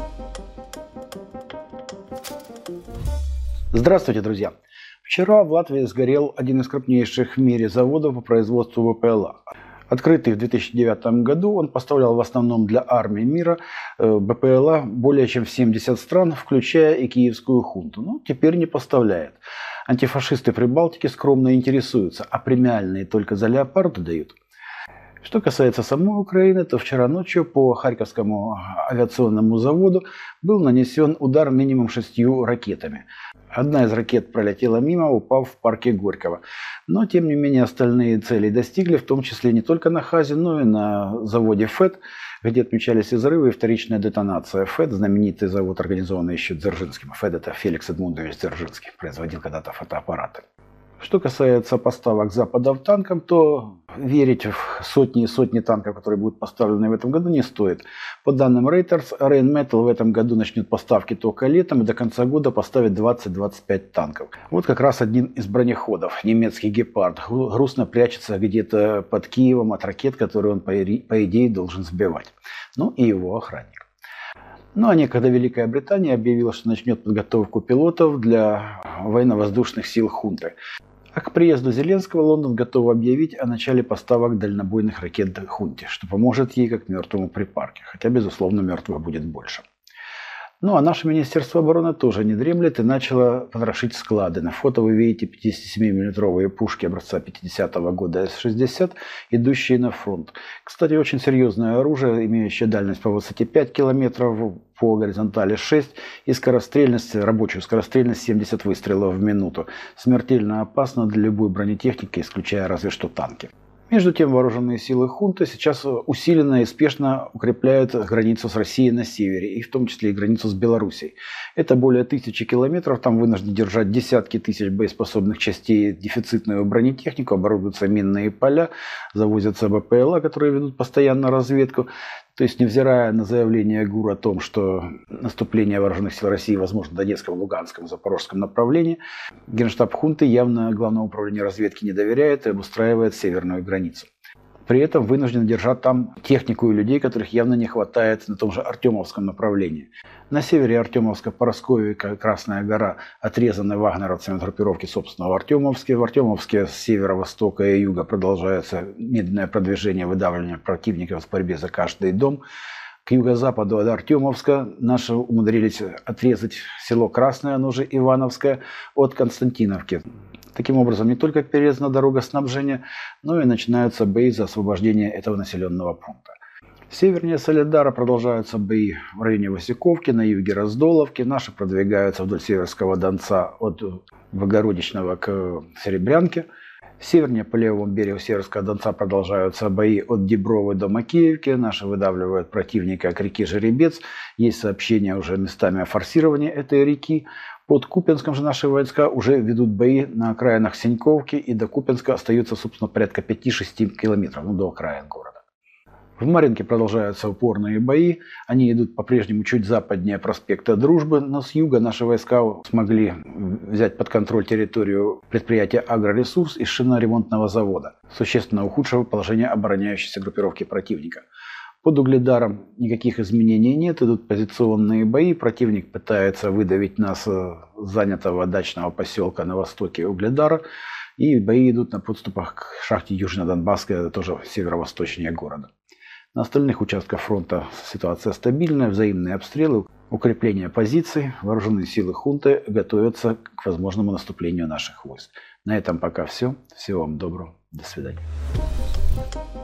Здравствуйте, друзья! Вчера в Латвии сгорел один из крупнейших в мире заводов по производству БПЛА. Открытый в 2009 году, он поставлял в основном для армии мира БПЛА более чем в 70 стран, включая и киевскую хунту. Но теперь не поставляет. Антифашисты Прибалтики скромно интересуются, а премиальные только за леопарды дают. Что касается самой Украины, то вчера ночью по Харьковскому авиационному заводу был нанесен удар минимум 6 ракетами. Одна из ракет пролетела мимо, упав в парке Горького. Но, тем не менее, остальные цели достигли, в том числе не только на ХАЗе, но и на заводе ФЭД, где отмечались и взрывы, и вторичная детонация. ФЭД – знаменитый завод, организованный еще Дзержинским. ФЭД – это Феликс Эдмундович Дзержинский, производил когда-то фотоаппараты. Что касается поставок Запада в танкам, то верить в сотни и сотни танков, которые будут поставлены в этом году, не стоит. По данным Reuters, Rheinmetall в этом году начнет поставки только летом и до конца года поставит 20-25 танков. Вот как раз один из бронеходов, немецкий «Гепард», грустно прячется где-то под Киевом от ракет, которые он, по идее, должен сбивать. Ну и его охранник. Ну а некогда Великая Британия объявила, что начнет подготовку пилотов для военно-воздушных сил хунты. А к приезду Зеленского Лондон готов объявить о начале поставок дальнобойных ракет хунте, что поможет ей как мертвому припарке, хотя, безусловно, мертвых будет больше. Ну а наше Министерство обороны тоже не дремлет и начало потрошить склады. На фото вы видите 57-мм пушки образца 50-го года С-60, идущие на фронт. Кстати, очень серьезное оружие, имеющее дальность по высоте 5 км, по горизонтали 6 и скорострельность, рабочую скорострельность 70 выстрелов в минуту. Смертельно опасно для любой бронетехники, исключая разве что танки. Между тем, вооруженные силы хунты сейчас усиленно и спешно укрепляют границу с Россией на севере, и в том числе и границу с Белоруссией. Это более 1000 километров, там вынуждены держать десятки тысяч боеспособных частей, дефицитную бронетехнику, оборудуются минные поля, завозятся БПЛА, которые ведут постоянно разведку. То есть, невзирая на заявление ГУР о том, что наступление вооруженных сил России возможно в Донецком, Луганском, Запорожском направлении, Генштаб хунты явно Главному управлению разведки не доверяет и обустраивает северную границу. При этом вынужден держать там технику и людей, которых явно не хватает на том же Артемовском направлении. На севере Артемовска, Поросковика, Красная гора отрезаны вагнеровцами группировки, собственно, в Артемовске. В Артемовске с северо-востока и юга продолжается медленное продвижение, выдавливание противников в борьбе за каждый дом. К юго-западу от Артемовска наши умудрились отрезать село Красное, оно же Ивановское, от Константиновки. Таким образом, не только перерезана дорога снабжения, но и начинаются бои за освобождение этого населенного пункта. Севернее Солидара продолжаются бои в районе Васюковки, на юге Раздоловки. Наши продвигаются вдоль Северского Донца от Богородичного к Серебрянке. Севернее по левому берегу Северского Донца продолжаются бои от Дебровы до Макеевки. Наши выдавливают противника к реке Жеребец. Есть сообщения уже местами о форсировании этой реки. Под Купенском же наши войска уже ведут бои на окраинах Сеньковки, и до Купенска остается, собственно, порядка 5-6 километров, до окраин города. В Марьинке продолжаются упорные бои. Они идут по-прежнему чуть западнее проспекта Дружбы, но с юга наши войска смогли взять под контроль территорию предприятия «Агроресурс» и шиноремонтного завода, существенно ухудшив положение обороняющейся группировки противника. Под Угледаром никаких изменений нет, идут позиционные бои. Противник пытается выдавить нас с занятого дачного поселка на востоке Угледара. И бои идут на подступах к шахте Южно-Донбасская, тоже северо-восточнее города. На остальных участках фронта ситуация стабильная, взаимные обстрелы, укрепление позиций. Вооруженные силы хунты готовятся к возможному наступлению наших войск. На этом пока все. Всего вам доброго. До свидания.